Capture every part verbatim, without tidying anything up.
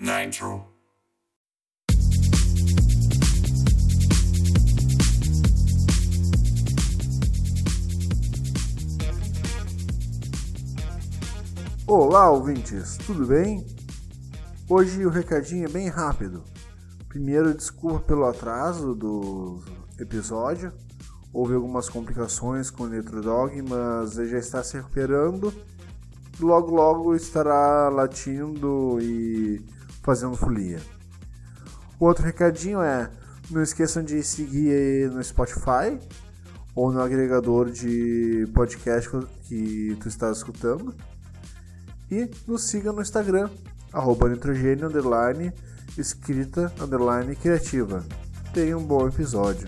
Nitro. Olá, ouvintes, tudo bem? Hoje o recadinho é bem rápido. Primeiro, desculpa pelo atraso do episódio. Houve algumas complicações com o NitroDog, mas ele já está se recuperando. Logo, logo estará latindo e fazendo folia. O outro recadinho é: não esqueçam de seguir no Spotify ou no agregador de podcast que tu está escutando. E nos siga no Instagram, arroba nitrogênio, underline, escrita, underline, criativa. Tenha um bom episódio.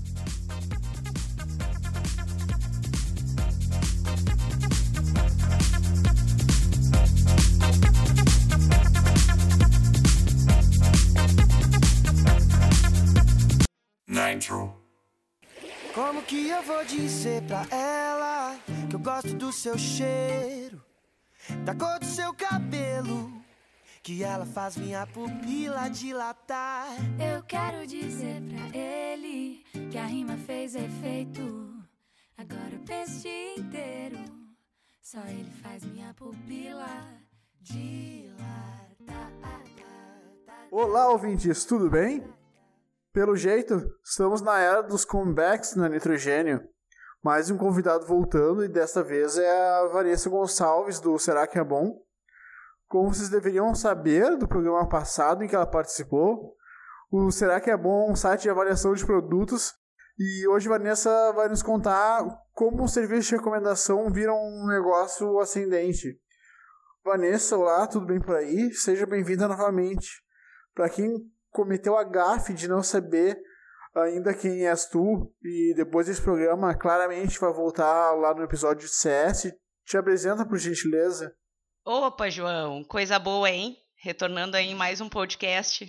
Nitro. Como que eu vou dizer pra ela que eu gosto do seu cheiro, da cor do seu cabelo, que ela faz minha pupila dilatar? Eu quero dizer pra ele que a rima fez efeito. Agora eu penso o dia inteiro, só ele faz minha pupila dilatar. Olá, ouvintes, tudo bem? Pelo jeito, estamos na era dos comebacks na Nitrogênio. Mais um convidado voltando, e desta vez é a Vanessa Gonçalves, do Será Que É Bom? Como vocês deveriam saber do programa passado em que ela participou, o Será Que É Bom é um site de avaliação de produtos, e hoje a Vanessa vai nos contar como o serviço de recomendação vira um negócio ascendente. Vanessa, olá, tudo bem por aí? Seja bem-vinda novamente. Para quem cometeu a gafe de não saber ainda quem és tu, e depois desse programa claramente vai voltar lá no episódio de C S, te apresenta por gentileza. Opa, João, coisa boa, hein? Retornando aí em mais um podcast.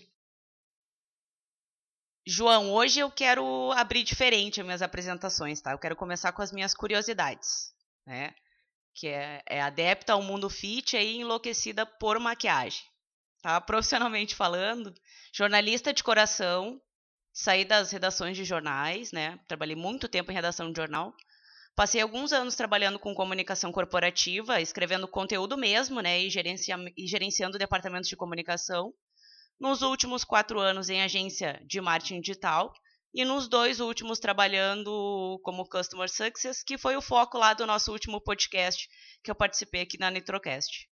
João, hoje eu quero abrir diferente as minhas apresentações, tá? Eu quero começar com as minhas curiosidades, né? Que é, é adepta ao mundo fit e enlouquecida por maquiagem, tá? Profissionalmente falando, jornalista de coração, saí das redações de jornais, né? Trabalhei muito tempo em redação de jornal. Passei alguns anos trabalhando com comunicação corporativa, escrevendo conteúdo mesmo, né? E, gerencia, e gerenciando departamentos de comunicação. Nos últimos quatro anos em agência de marketing digital. E nos dois últimos trabalhando como Customer Success, que foi o foco lá do nosso último podcast que eu participei aqui na Nitrocast.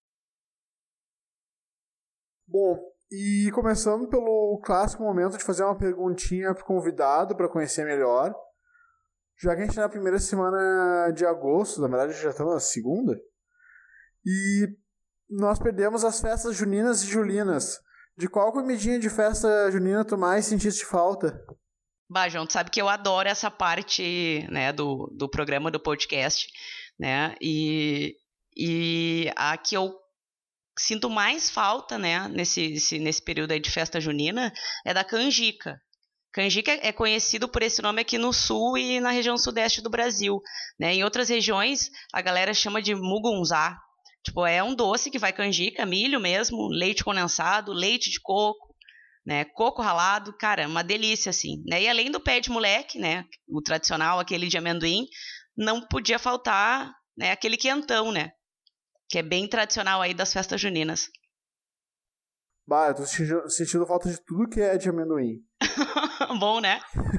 Bom, e começando pelo clássico momento de fazer uma perguntinha pro convidado para conhecer melhor. Já que a gente tá na primeira semana de agosto, na verdade já estamos na segunda, e nós perdemos as festas juninas e julinas. De qual comidinha de festa junina tu mais sentiste falta? Bah, João, tu sabe que eu adoro essa parte, né, do, do programa, do podcast, né, e, e a que eu sinto mais falta, né, nesse, nesse período aí de festa junina, é da canjica. Canjica é conhecido por esse nome aqui no sul e na região sudeste do Brasil, né? Em outras regiões, a galera chama de mugunzá. Tipo, é um doce que vai canjica, milho mesmo, leite condensado, leite de coco, né? Coco ralado, cara, uma delícia, assim, né? E além do pé de moleque, né? O tradicional, aquele de amendoim, não podia faltar, né? Aquele quentão, né? Que é bem tradicional aí das festas juninas. Bah, eu tô sentindo, sentindo falta de tudo que é de amendoim. Bom, né?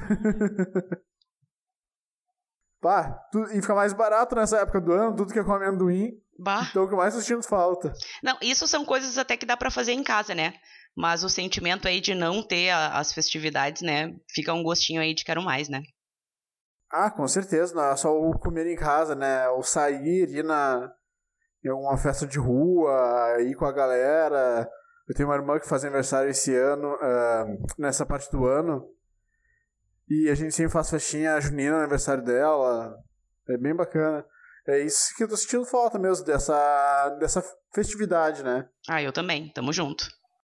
Bah, tu, e fica mais barato nessa época do ano, tudo que é com amendoim. Bah. Então o que mais tô sentindo falta. Não, isso são coisas até que dá pra fazer em casa, né? Mas o sentimento aí de não ter a, as festividades, né? Fica um gostinho aí de quero mais, né? Ah, com certeza, não é só o comer em casa, né? O sair, ir na, em uma festa de rua, ir com a galera. Eu tenho uma irmã que faz aniversário esse ano, uh, nessa parte do ano. E a gente sempre faz festinha junina no aniversário dela. É bem bacana. É isso que eu tô sentindo falta mesmo, dessa, dessa festividade, né? Ah, eu também. Tamo junto.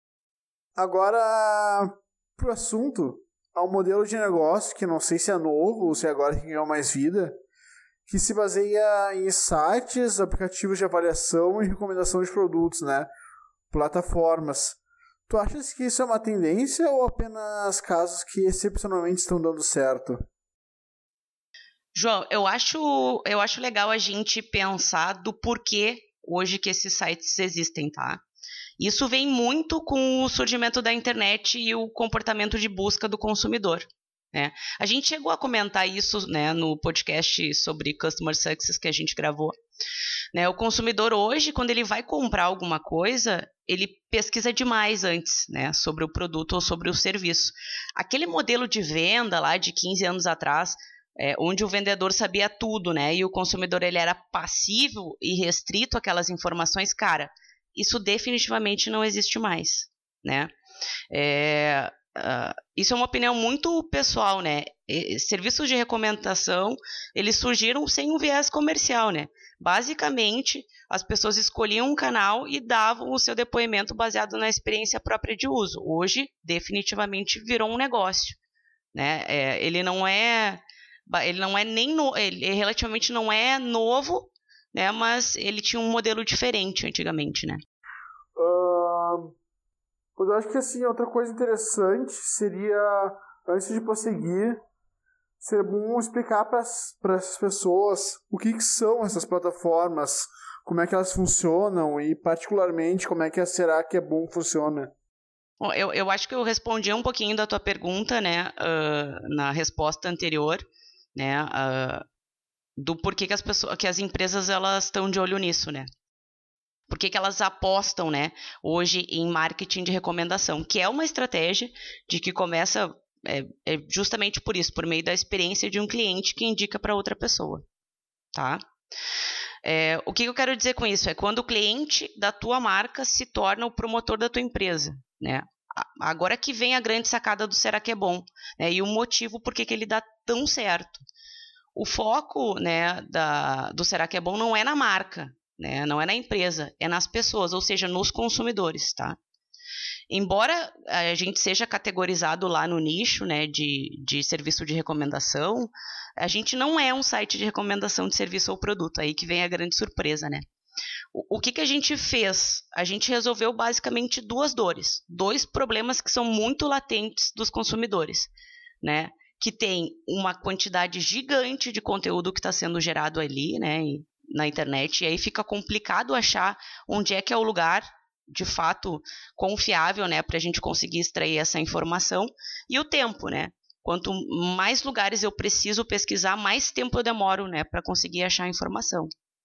Agora, pro assunto, há um modelo de negócio que não sei se é novo ou se é agora que ganhou mais vida, que se baseia em sites, aplicativos de avaliação e recomendação de produtos, né? Plataformas. Tu achas que isso é uma tendência ou apenas casos que excepcionalmente estão dando certo? João, eu acho, eu acho legal a gente pensar do porquê hoje que esses sites existem, tá? Isso vem muito com o surgimento da internet e o comportamento de busca do consumidor, né? A gente chegou a comentar isso, né, no podcast sobre Customer Success que a gente gravou. Né, o consumidor hoje, quando ele vai comprar alguma coisa, ele pesquisa demais antes, né, sobre o produto ou sobre o serviço. Aquele modelo de venda lá de quinze anos atrás, é, onde o vendedor sabia tudo, né, e o consumidor ele era passivo e restrito àquelas informações, cara, isso definitivamente não existe mais, né? É, uh, isso é uma opinião muito pessoal, né? E, serviços de recomendação, eles surgiram sem um viés comercial, né? Basicamente, as pessoas escolhiam um canal e davam o seu depoimento baseado na experiência própria de uso. Hoje, definitivamente, virou um negócio, né? É, ele não é, ele não é nem no, ele relativamente não é novo, né? Mas ele tinha um modelo diferente antigamente, né? Uh, eu acho que assim outra coisa interessante seria, antes de prosseguir, seria bom explicar para as pessoas o que, que são essas plataformas, como é que elas funcionam e, particularmente, como é que a Será que é Bom funciona. Bom, eu, eu acho que eu respondi um pouquinho da tua pergunta, né, uh, na resposta anterior, né, uh, do porquê que as pessoas, que as empresas elas estão de olho nisso, né. Por que que elas apostam, né, hoje em marketing de recomendação, que é uma estratégia de que começa... É, é justamente por isso, por meio da experiência de um cliente que indica para outra pessoa, tá? É, o que eu quero dizer com isso? É quando o cliente da tua marca se torna o promotor da tua empresa, né? Agora que vem a grande sacada do Será que é Bom, né? E o motivo por que ele dá tão certo. O foco, né, da, do Será que é Bom não é na marca, né? Não é na empresa, é nas pessoas, ou seja, nos consumidores, tá? Embora a gente seja categorizado lá no nicho, né, de, de serviço de recomendação, a gente não é um site de recomendação de serviço ou produto, aí que vem a grande surpresa, né? O, o que, que a gente fez? A gente resolveu basicamente duas dores, dois problemas que são muito latentes dos consumidores, né? Que tem uma quantidade gigante de conteúdo que está sendo gerado ali, né, na internet, e aí fica complicado achar onde é que é o lugar de fato confiável, né, para a gente conseguir extrair essa informação, e o tempo, né, quanto mais lugares eu preciso pesquisar, mais tempo eu demoro, né, para conseguir achar a informação.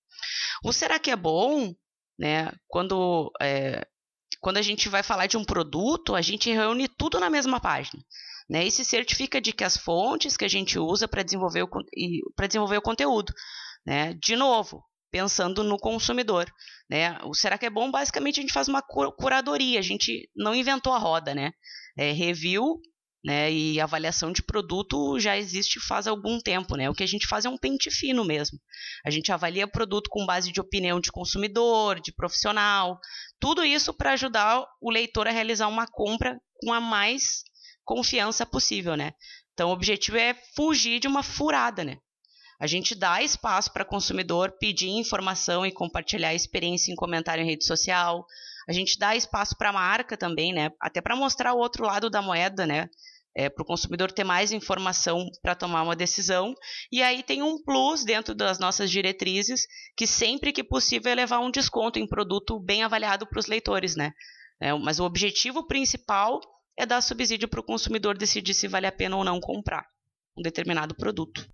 O Será que é Bom, né, quando, é, quando a gente vai falar de um produto, a gente reúne tudo na mesma página, né, e se certifica de que as fontes que a gente usa para desenvolver o, para desenvolver o conteúdo, né, de novo, pensando no consumidor, né? O Será que é Bom? Basicamente a gente faz uma curadoria, a gente não inventou a roda, né? É, review, né, e avaliação de produto já existe faz algum tempo, né? O que a gente faz é um pente fino mesmo. A gente avalia produto com base de opinião de consumidor, de profissional, tudo isso para ajudar o leitor a realizar uma compra com a mais confiança possível, né? Então o objetivo é fugir de uma furada, né? A gente dá espaço para o consumidor pedir informação e compartilhar a experiência em comentário em rede social. A gente dá espaço para a marca também, né? Até para mostrar o outro lado da moeda, né? É, para o consumidor ter mais informação para tomar uma decisão. E aí tem um plus dentro das nossas diretrizes, que sempre que possível é levar um desconto em produto bem avaliado para os leitores, né? É, mas o objetivo principal é dar subsídio para o consumidor decidir se vale a pena ou não comprar um determinado produto.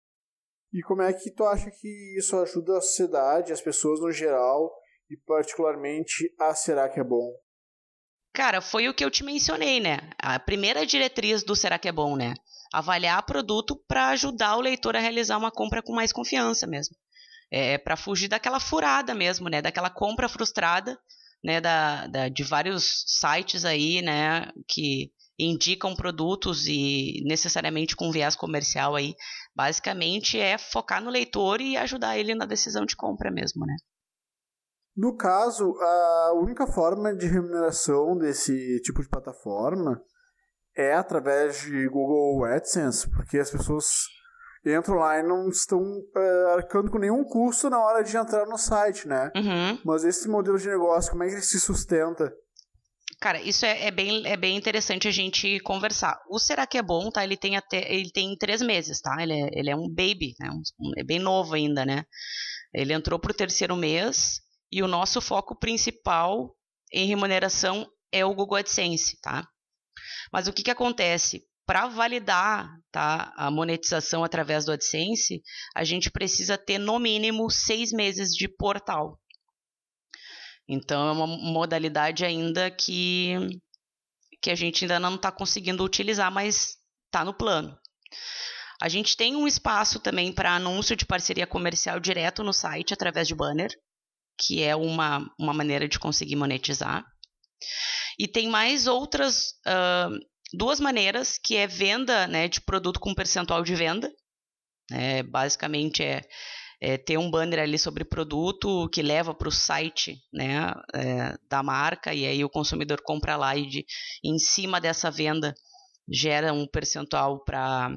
E como é que tu acha que isso ajuda a sociedade, as pessoas no geral, e particularmente a Será que é Bom? Cara, foi o que eu te mencionei, né? A primeira diretriz do Será que é Bom, né? Avaliar produto para ajudar o leitor a realizar uma compra com mais confiança mesmo. É, para fugir daquela furada mesmo, né? Daquela compra frustrada, né? Da, da, de vários sites aí, né? Que indicam produtos e necessariamente com viés comercial aí. Basicamente é focar no leitor e ajudar ele na decisão de compra mesmo, né? No caso, a única forma de remuneração desse tipo de plataforma é através de Google AdSense, porque as pessoas entram lá e não estão uh, arcando com nenhum custo na hora de entrar no site, né? Uhum. Mas esse modelo de negócio, como é que ele se sustenta? Cara, isso é, é, bem, é bem interessante a gente conversar. O Será que é bom, tá? Ele tem até ele tem três meses, tá? Ele é, ele é um baby, né? Um, é bem novo ainda, né? Ele entrou pro terceiro mês e o nosso foco principal em remuneração é o Google AdSense, tá? Mas o que que acontece? Para validar, tá, a monetização através do AdSense, a gente precisa ter no mínimo seis meses de portal. Então é uma modalidade ainda que, que a gente ainda não está conseguindo utilizar, mas está no plano. A gente tem um espaço também para anúncio de parceria comercial direto no site através de banner, que é uma, uma maneira de conseguir monetizar. E tem mais outras uh, duas maneiras, que é venda, né, de produto com percentual de venda. É, basicamente é, é ter um banner ali sobre produto que leva para o site, né, é, da marca, e aí o consumidor compra lá e de, em cima dessa venda gera um percentual para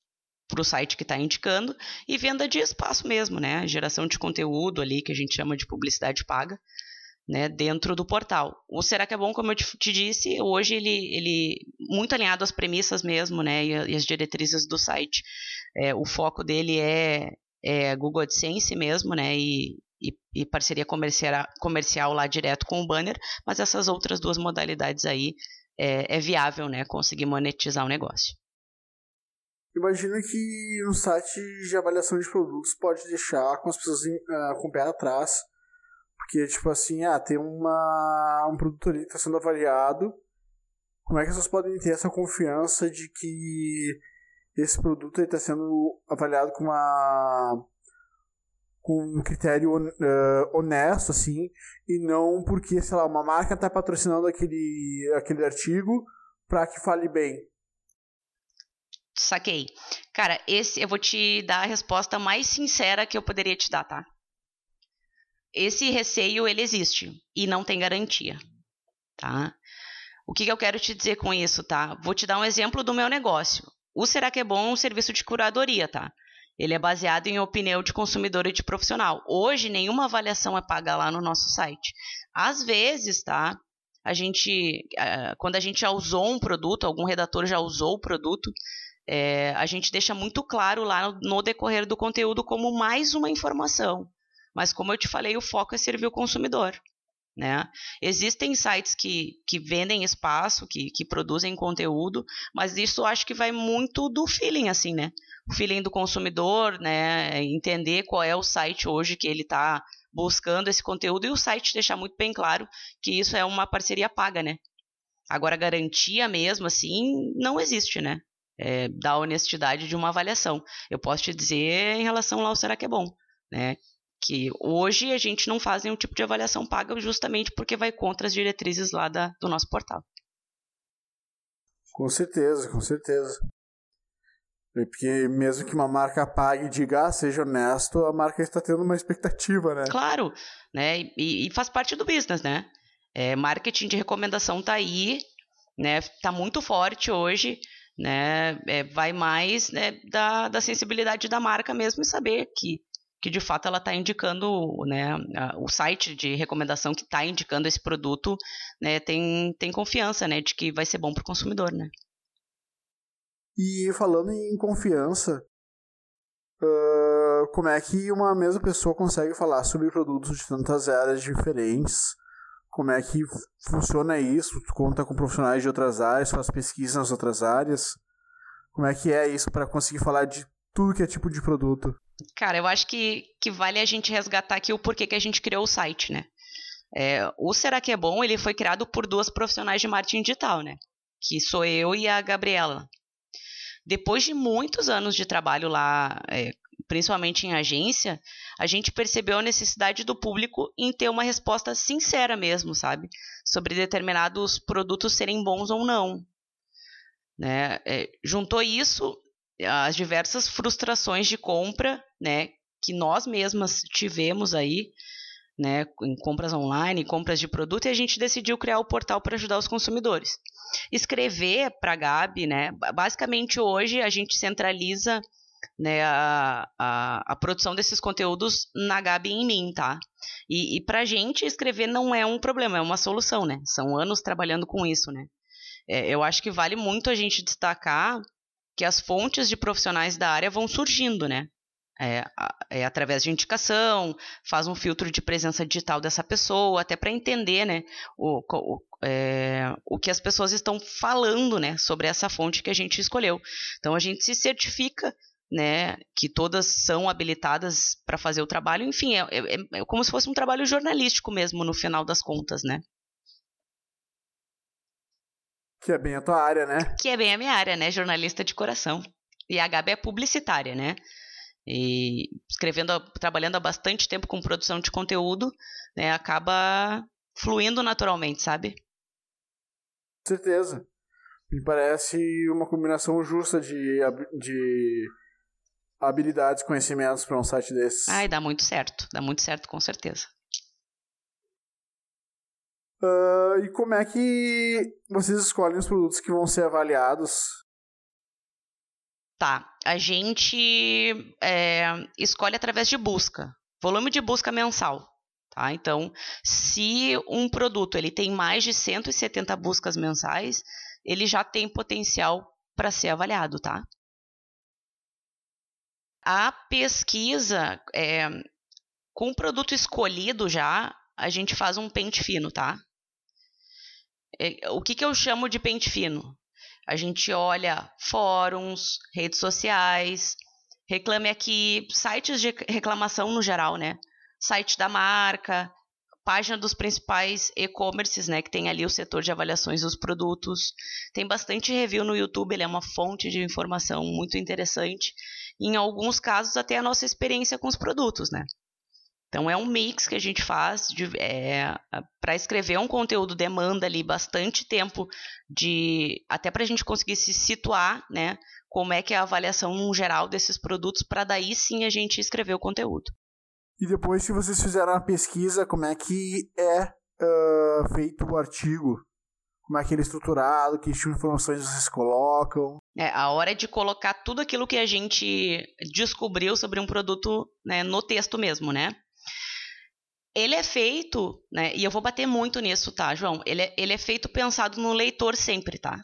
o site que está indicando, e venda de espaço mesmo, né, geração de conteúdo ali que a gente chama de publicidade paga, né, dentro do portal. O Será que é bom, como eu te, te disse, hoje ele, ele muito alinhado às premissas mesmo, né, e, e as diretrizes do site. É, o foco dele é, é Google AdSense mesmo, né, e, e, e parceria comercial, comercial lá direto com o banner, mas essas outras duas modalidades aí é, é viável, né, conseguir monetizar o negócio. Imagina que um site de avaliação de produtos pode deixar com as pessoas uh, com o pé atrás. Porque, tipo assim, ah, tem uma, um produto ali que está sendo avaliado. Como é que as pessoas podem ter essa confiança de que esse produto está sendo avaliado com uma com um critério uh, honesto, assim, e não porque, sei lá, uma marca está patrocinando aquele, aquele artigo para que fale bem? Saquei. Cara, esse eu vou te dar a resposta mais sincera que eu poderia te dar, tá? Esse receio, ele existe e não tem garantia, tá? O que, que eu quero te dizer com isso, tá? Vou te dar um exemplo do meu negócio. O Será que é bom é um serviço de curadoria, tá? Ele é baseado em opinião de consumidor e de profissional. Hoje, nenhuma avaliação é paga lá no nosso site. Às vezes, tá? A gente, quando a gente já usou um produto, algum redator já usou o produto, é, a gente deixa muito claro lá no, no decorrer do conteúdo como mais uma informação. Mas, como eu te falei, o foco é servir o consumidor, né? Existem sites que, que vendem espaço, que, que produzem conteúdo, mas isso eu acho que vai muito do feeling, assim, né? O feeling do consumidor, né? Entender qual é o site hoje que ele está buscando esse conteúdo, e o site deixar muito bem claro que isso é uma parceria paga, né? Agora, garantia mesmo, assim, não existe, né? É, da honestidade de uma avaliação. Eu posso te dizer em relação lá ao Será que é bom, né? Que hoje a gente não faz nenhum tipo de avaliação paga justamente porque vai contra as diretrizes lá da, do nosso portal. Com certeza, com certeza. Porque mesmo que uma marca pague e diga, ah, seja honesto, a marca está tendo uma expectativa, né? Claro, né? E, e faz parte do business, né? É, marketing de recomendação tá aí, né? Tá muito forte hoje, né? É, vai mais, né, da, da sensibilidade da marca mesmo e saber que que de fato ela está indicando, né, o site de recomendação que está indicando esse produto, né, tem, tem confiança, né, de que vai ser bom para o consumidor, né. E falando em confiança, uh, como é que uma mesma pessoa consegue falar sobre produtos de tantas áreas diferentes? Como é que funciona isso? Tu conta com profissionais de outras áreas, faz pesquisa nas outras áreas? Como é que é isso para conseguir falar de tudo que é tipo de produto? Cara, eu acho que, que vale a gente resgatar aqui o porquê que a gente criou o site, né? É, o Será que é bom, ele foi criado por duas profissionais de marketing digital, né? Que sou eu e a Gabriela. Depois de muitos anos de trabalho lá, é, principalmente em agência, a gente percebeu a necessidade do público em ter uma resposta sincera mesmo, sabe? Sobre determinados produtos serem bons ou não. Né? É, juntou isso as diversas frustrações de compra, né, que nós mesmas tivemos aí, né, em compras online, compras de produto, e a gente decidiu criar o portal para ajudar os consumidores. Escrever para a Gabi, né, basicamente hoje a gente centraliza né, a, a, a produção desses conteúdos na Gabi e em mim, tá? E, e pra gente escrever não é um problema, é uma solução, né? São anos trabalhando com isso, né? É, eu acho que vale muito a gente destacar que as fontes de profissionais da área vão surgindo, né? É, é através de indicação, faz um filtro de presença digital dessa pessoa, até para entender, né, o, o, é, o que as pessoas estão falando, né, sobre essa fonte que a gente escolheu. Então a gente se certifica, né, que todas são habilitadas para fazer o trabalho. Enfim, é, é, é como se fosse um trabalho jornalístico mesmo, no final das contas, né? Que é bem a tua área, né? Que é bem a minha área, né? Jornalista de coração. E a Gabi é publicitária, né? E escrevendo, trabalhando há bastante tempo com produção de conteúdo, né? Acaba fluindo naturalmente, sabe? Com certeza. Me parece uma combinação justa de, de habilidades, conhecimentos para um site desses. Ai, dá muito certo. Dá muito certo, com certeza. Uh, e como é que vocês escolhem os produtos que vão ser avaliados? Tá, a gente é, escolhe através de busca, volume de busca mensal, tá? Então, se um produto ele tem mais de cento e setenta buscas mensais, ele já tem potencial para ser avaliado, tá? A pesquisa, é, com o produto escolhido já, a gente faz um pente fino, tá? É, o que, que eu chamo de pente fino? A gente olha fóruns, redes sociais, Reclame Aqui, sites de reclamação no geral, né? Site da marca, página dos principais e-commerces, né? Que tem ali o setor de avaliações dos produtos. Tem bastante review no YouTube, ele é uma fonte de informação muito interessante. Em alguns casos, até a nossa experiência com os produtos, né? Então, é um mix que a gente faz de, é, para escrever um conteúdo, demanda ali bastante tempo, de, até para a gente conseguir se situar, né, como é que é a avaliação no geral desses produtos, para daí sim a gente escrever o conteúdo. E depois, se vocês fizeram a pesquisa, como é que é uh, feito o artigo? Como é que ele é estruturado? Que tipo de informações vocês colocam? É a hora de colocar tudo aquilo que a gente descobriu sobre um produto, né, no texto mesmo, né? Ele é feito, né, e eu vou bater muito nisso, tá, João? Ele é, ele é feito pensado no leitor sempre, tá?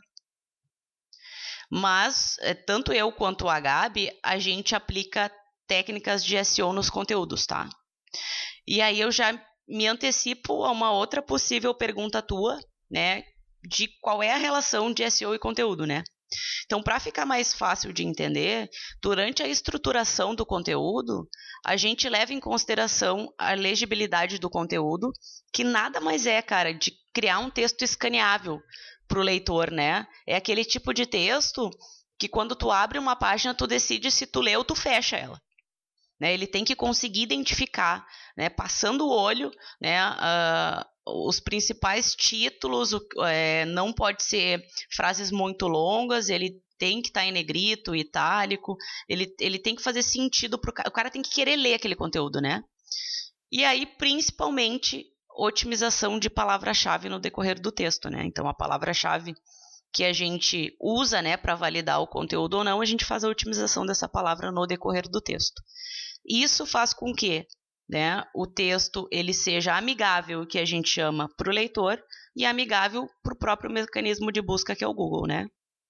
Mas, tanto eu quanto a Gabi, a gente aplica técnicas de S E O nos conteúdos, tá? E aí eu já me antecipo a uma outra possível pergunta tua, né, de qual é a relação de S E O e conteúdo, né? Então, para ficar mais fácil de entender, durante a estruturação do conteúdo, a gente leva em consideração a legibilidade do conteúdo, que nada mais é, cara, de criar um texto escaneável para o leitor, né? É aquele tipo de texto que quando tu abre uma página, tu decide se tu lê ou tu fecha ela. Né? Ele tem que conseguir identificar, né, passando o olho, né, uh, os principais títulos, é, não pode ser frases muito longas, ele tem que estar em negrito, itálico, ele, ele tem que fazer sentido pro cara, o cara tem que querer ler aquele conteúdo, né? E aí, principalmente, otimização de palavra-chave no decorrer do texto, né? Então, a palavra-chave que a gente usa, né, para validar o conteúdo ou não, a gente faz a otimização dessa palavra no decorrer do texto. Isso faz com que, né, o texto ele seja amigável, que a gente chama para o leitor, e amigável para o próprio mecanismo de busca que é o Google, né?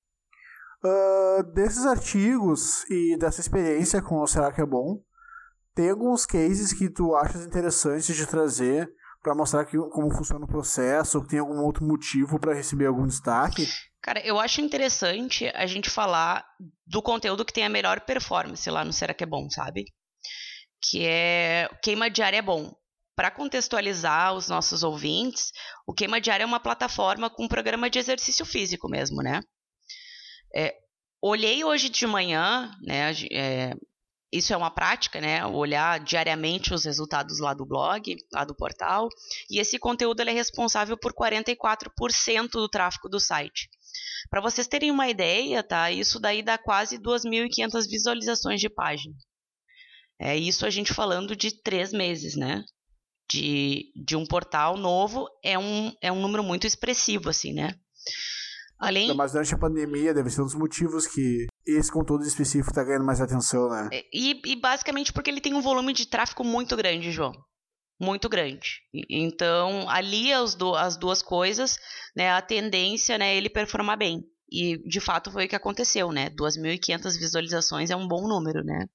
Uh, desses artigos e dessa experiência com o Será que é Bom, tem alguns cases que tu achas interessantes de trazer para mostrar que, como funciona o processo, ou tem algum outro motivo para receber algum destaque? Cara, eu acho interessante a gente falar do conteúdo que tem a melhor performance lá no Será que é Bom, sabe? Que é Queima Diária é Bom. Para contextualizar os nossos ouvintes, o Queima Diária é uma plataforma com um programa de exercício físico mesmo, né? É, olhei hoje de manhã, né? É, isso é uma prática, né? Olhar diariamente os resultados lá do blog, lá do portal, e esse conteúdo ele é responsável por quarenta e quatro por cento do tráfego do site. Para vocês terem uma ideia, tá? Isso daí dá quase duas mil e quinhentas visualizações de página. É isso a gente falando de três meses, né? De, de um portal novo, é um, é um número muito expressivo, assim, né? Além... Mas durante a pandemia deve ser um dos motivos que esse conteúdo específico está ganhando mais atenção, né? E, e basicamente porque ele tem um volume de tráfego muito grande, João. Muito grande. Então, ali as, do, as duas coisas, né, a tendência, né, ele performar bem. E, de fato, foi o que aconteceu, né? duas mil e quinhentas visualizações é um bom número, né?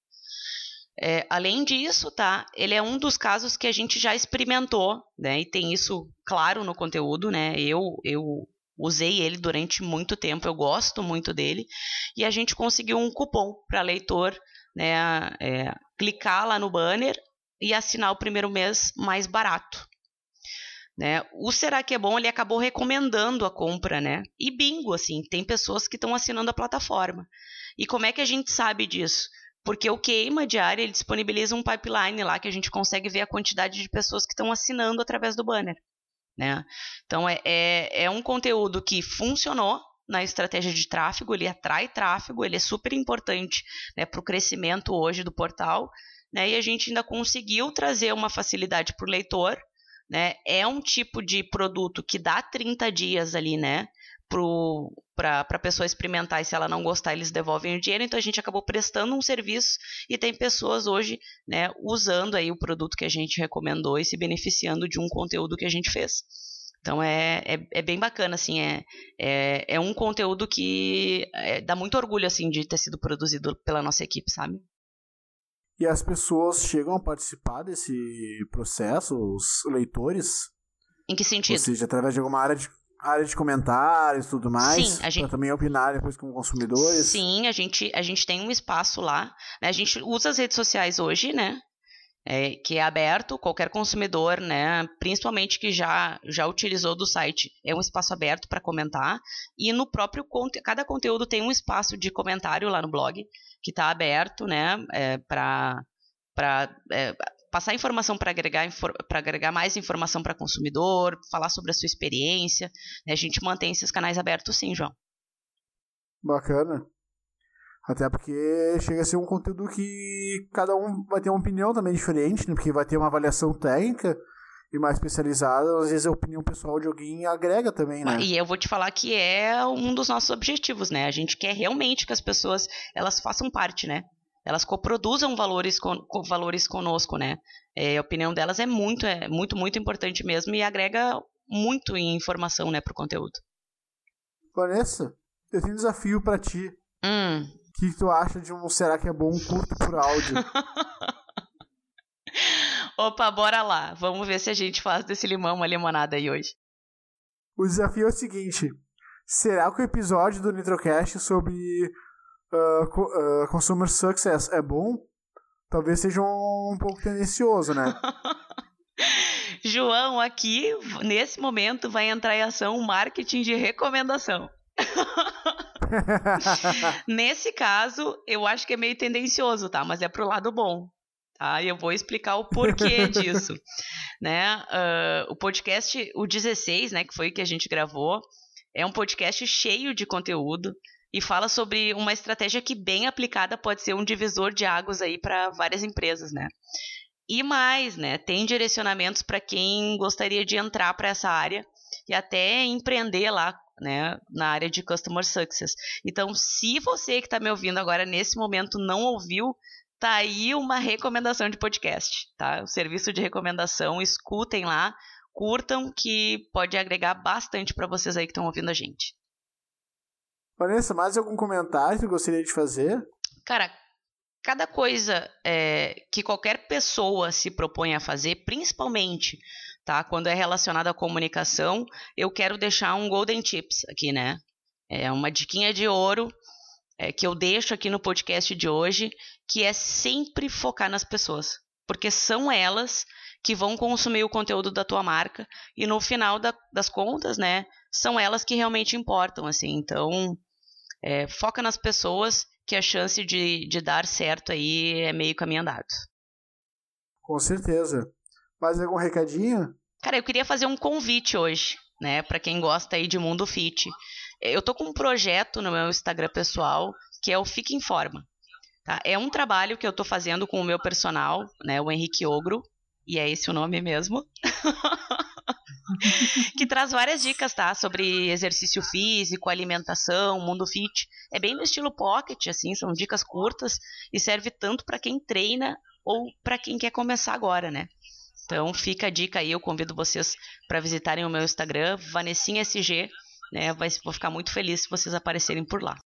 É, além disso, tá? Ele é um dos casos que a gente já experimentou, né? E tem isso claro no conteúdo, né? Eu, eu usei ele durante muito tempo, eu gosto muito dele. E a gente conseguiu um cupom para leitor, né? É, clicar lá no banner e assinar o primeiro mês mais barato. Né? O Será que é bom? Ele acabou recomendando a compra, né? E bingo, assim, tem pessoas que estão assinando a plataforma. E como é que a gente sabe disso? Porque o Queima Diária, ele disponibiliza um pipeline lá que a gente consegue ver a quantidade de pessoas que estão assinando através do banner, né? Então, é, é, é um conteúdo que funcionou na estratégia de tráfego, ele atrai tráfego, ele é super importante, né, para o crescimento hoje do portal, né? E a gente ainda conseguiu trazer uma facilidade para o leitor, né? É um tipo de produto que dá trinta dias ali, né, para a pessoa experimentar, e se ela não gostar, eles devolvem o dinheiro. Então a gente acabou prestando um serviço e tem pessoas hoje, né, usando aí o produto que a gente recomendou e se beneficiando de um conteúdo que a gente fez. Então é, é, é bem bacana, assim, é, é, é um conteúdo que é, dá muito orgulho, assim, de ter sido produzido pela nossa equipe, sabe? E as pessoas chegam a participar desse processo, os leitores? Em que sentido? Ou seja, através de alguma área de, área de comentários e tudo mais? Sim, a gente... Para também opinar depois como consumidores? Sim, a gente, a gente tem um espaço lá, né? A gente usa as redes sociais hoje, né? É, que é aberto, qualquer consumidor, né, principalmente que já, já utilizou do site, é um espaço aberto para comentar, e no próprio, cada conteúdo tem um espaço de comentário lá no blog, que está aberto, né, é, para é, passar informação, para agregar, para agregar mais informação para consumidor, falar sobre a sua experiência, né, a gente mantém esses canais abertos sim, João. Bacana. Até porque chega a ser um conteúdo que cada um vai ter uma opinião também diferente, né? Porque vai ter uma avaliação técnica e mais especializada. Às vezes a opinião pessoal de alguém agrega também, né? E eu vou te falar que é um dos nossos objetivos, né? A gente quer realmente que as pessoas, elas façam parte, né? Elas coproduzam valores, con- valores conosco, né? É, a opinião delas é muito, é muito, muito importante mesmo e agrega muito em informação, né, pro conteúdo. Vanessa, eu tenho um desafio pra ti. Hum... O que tu acha de um Será que é bom curto por áudio? Opa, bora lá. Vamos ver se a gente faz desse limão uma limonada aí hoje. O desafio é o seguinte. Será que o episódio do Nitrocast sobre uh, co- uh, Consumer Success é bom? Talvez seja um, um pouco tendencioso, né? João, aqui, nesse momento, vai entrar em ação o marketing de recomendação. Nesse caso, eu acho que é meio tendencioso, tá? Mas é pro lado bom, tá? E eu vou explicar o porquê disso, né? Uh, o podcast, o dezesseis, né, que foi o que a gente gravou, é um podcast cheio de conteúdo e fala sobre uma estratégia que, bem aplicada, pode ser um divisor de águas aí para várias empresas, né? E mais, né? Tem direcionamentos para quem gostaria de entrar para essa área e até empreender lá, né, na área de Customer Success. Então, se você que está me ouvindo agora nesse momento não ouviu, tá aí uma recomendação de podcast, tá? O serviço de recomendação, escutem lá, curtam, que pode agregar bastante para vocês aí que estão ouvindo a gente. Vanessa, mais algum comentário que eu gostaria de fazer? Cara, cada coisa é, que qualquer pessoa se propõe a fazer, principalmente, tá, quando é relacionado à comunicação, eu quero deixar um golden tips aqui, né? É uma diquinha de ouro é, que eu deixo aqui no podcast de hoje, que é sempre focar nas pessoas, porque são elas que vão consumir o conteúdo da tua marca e no final da, das contas, né, são elas que realmente importam, assim. Então, é, foca nas pessoas, que a chance de, de dar certo aí é meio caminho andado. Com certeza. Mais algum recadinho? Cara, eu queria fazer um convite hoje, né, para quem gosta aí de mundo fit. Eu tô com um projeto no meu Instagram pessoal, que é o Fica Informa. Tá? É um trabalho que eu tô fazendo com o meu personal, né, o Henrique Ogro, e é esse o nome mesmo, que traz várias dicas, tá? Sobre exercício físico, alimentação, mundo fit. É bem no estilo pocket, assim, são dicas curtas e serve tanto para quem treina ou para quem quer começar agora, né? Então fica a dica aí, eu convido vocês para visitarem o meu Instagram, Vanessinha S G, né? Vai, vou ficar muito feliz se vocês aparecerem por lá.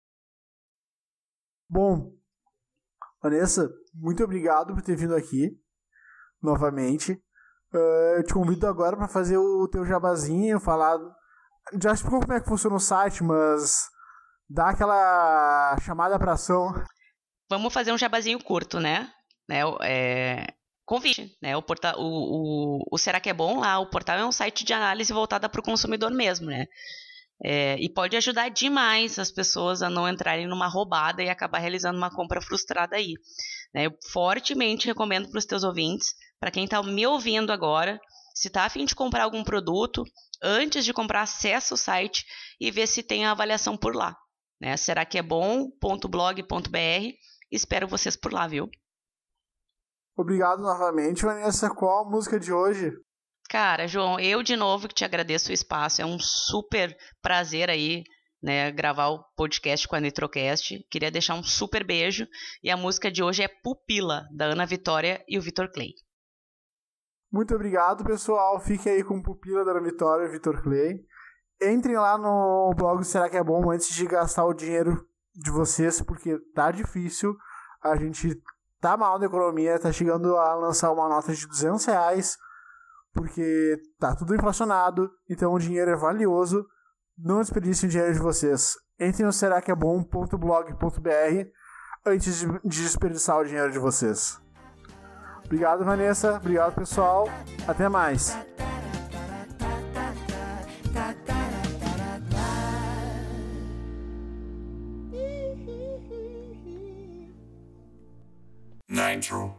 Bom, Vanessa, muito obrigado por ter vindo aqui novamente. Uh, eu te convido agora para fazer o teu jabazinho, falar... Já explicou como é que funciona o site, mas dá aquela chamada para ação. Vamos fazer um jabazinho curto, né? né? É... Convite, né? O, portal, o, o, o Será que é Bom lá? O portal é um site de análise voltada para o consumidor mesmo, né? É, e pode ajudar demais as pessoas a não entrarem numa roubada e acabar realizando uma compra frustrada aí. Né? Eu fortemente recomendo para os teus ouvintes, para quem está me ouvindo agora, se está a fim de comprar algum produto, antes de comprar, acessa o site e vê se tem a avaliação por lá. Né? será que é bom ponto blog ponto b r? Espero vocês por lá, viu? Obrigado novamente, Vanessa. Qual a música de hoje? Cara, João, eu de novo que te agradeço o espaço. É um super prazer aí, né, gravar o podcast com a Nitrocast. Queria deixar um super beijo. E a música de hoje é Pupila, da Ana Vitória e o Vitor Clay. Muito obrigado, pessoal. Fiquem aí com Pupila, da Ana Vitória e o Vitor Clay. Entrem lá no blog Será que é Bom antes de gastar o dinheiro de vocês, porque tá difícil. A gente tá mal da economia, tá chegando a lançar uma nota de duzentos reais, porque tá tudo inflacionado, então o dinheiro é valioso. Não desperdicem o dinheiro de vocês. Entrem no será que é bom ponto blog ponto b r antes de desperdiçar o dinheiro de vocês. Obrigado, Vanessa. Obrigado, pessoal. Até mais. Nitro.